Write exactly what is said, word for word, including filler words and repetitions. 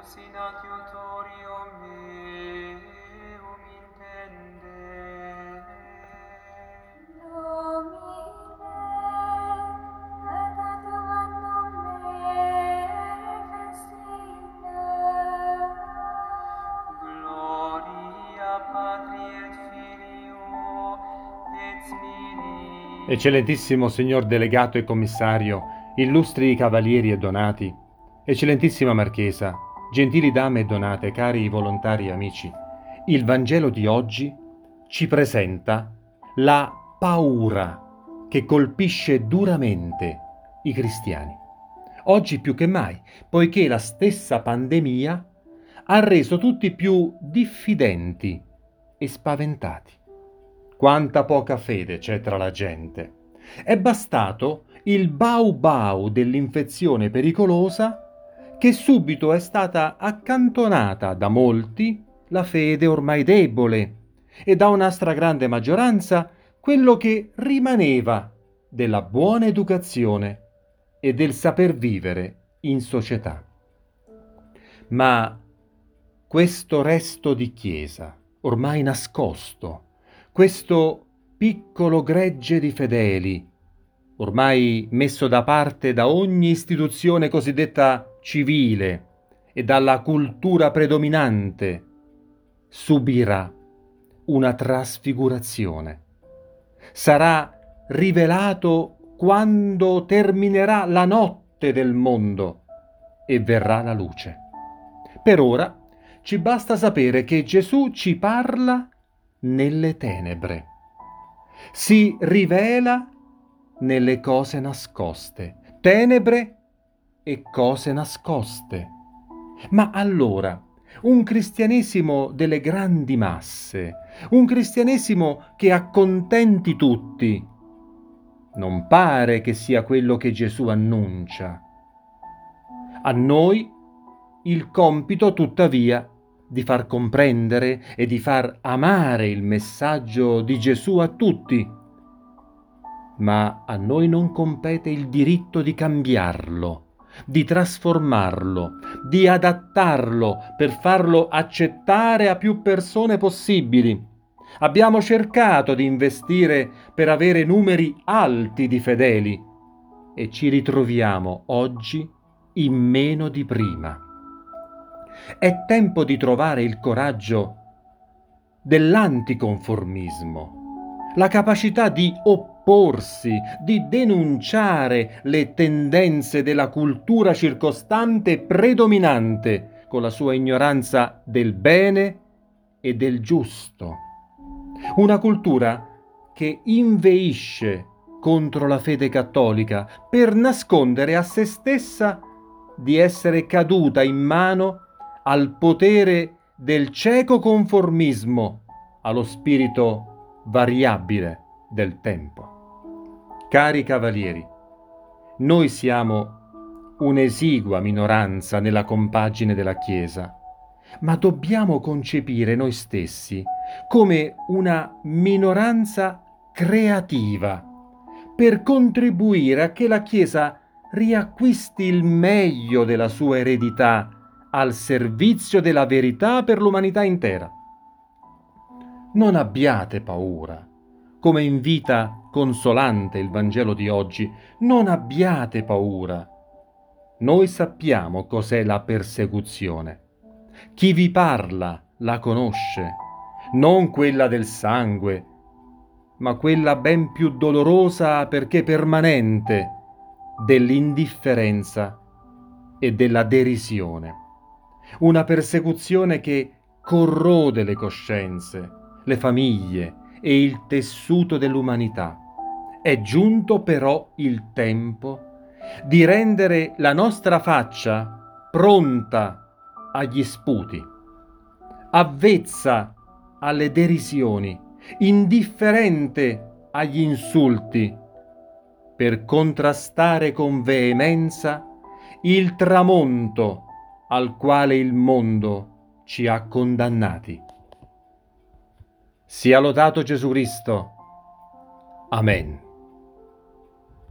Deus in adiutorium meum intende. Domine, ad aduvandum me festina. Gloria Patri et Filio et Spiritus. Eccellentissimo signor delegato e commissario, illustri cavalieri e donati, eccellentissima marchesa, gentili dame e donate, cari volontari e amici, il Vangelo di oggi ci presenta la paura che colpisce duramente i cristiani. Oggi più che mai, poiché la stessa pandemia ha reso tutti più diffidenti e spaventati. Quanta poca fede c'è tra la gente. È bastato il bau bau dell'infezione pericolosa che subito è stata accantonata da molti la fede ormai debole e da una stragrande maggioranza quello che rimaneva della buona educazione e del saper vivere in società. Ma questo resto di chiesa, ormai nascosto, questo piccolo gregge di fedeli, ormai messo da parte da ogni istituzione cosiddetta civile e dalla cultura predominante, subirà una trasfigurazione. Sarà rivelato quando terminerà la notte del mondo e verrà la luce. Per ora ci basta sapere che Gesù ci parla nelle tenebre, si rivela nelle cose nascoste, tenebre e cose nascoste. Ma allora, un cristianesimo delle grandi masse, un cristianesimo che accontenti tutti, non pare che sia quello che Gesù annuncia. A noi il compito, tuttavia, di far comprendere e di far amare il messaggio di Gesù a tutti, ma a noi non compete il diritto di cambiarlo, di trasformarlo, di adattarlo per farlo accettare a più persone possibili. Abbiamo cercato di investire per avere numeri alti di fedeli e ci ritroviamo oggi in meno di prima. È tempo di trovare il coraggio dell'anticonformismo, la capacità di opporsi, di denunciare le tendenze della cultura circostante predominante con la sua ignoranza del bene e del giusto. Una cultura che inveisce contro la fede cattolica per nascondere a se stessa di essere caduta in mano al potere del cieco conformismo, allo spirito variabile del tempo. Cari cavalieri, noi siamo un'esigua minoranza nella compagine della Chiesa, ma dobbiamo concepire noi stessi come una minoranza creativa per contribuire a che la Chiesa riacquisti il meglio della sua eredità al servizio della verità per l'umanità intera. Non abbiate paura, come invita consolante il Vangelo di oggi, non abbiate paura. Noi sappiamo cos'è la persecuzione. Chi vi parla la conosce, non quella del sangue, ma quella ben più dolorosa perché permanente dell'indifferenza e della derisione. Una persecuzione che corrode le coscienze, le famiglie e il tessuto dell'umanità. È giunto però il tempo di rendere la nostra faccia pronta agli sputi, avvezza alle derisioni, indifferente agli insulti, per contrastare con veemenza il tramonto al quale il mondo ci ha condannati. Sia lodato Gesù Cristo. Amen.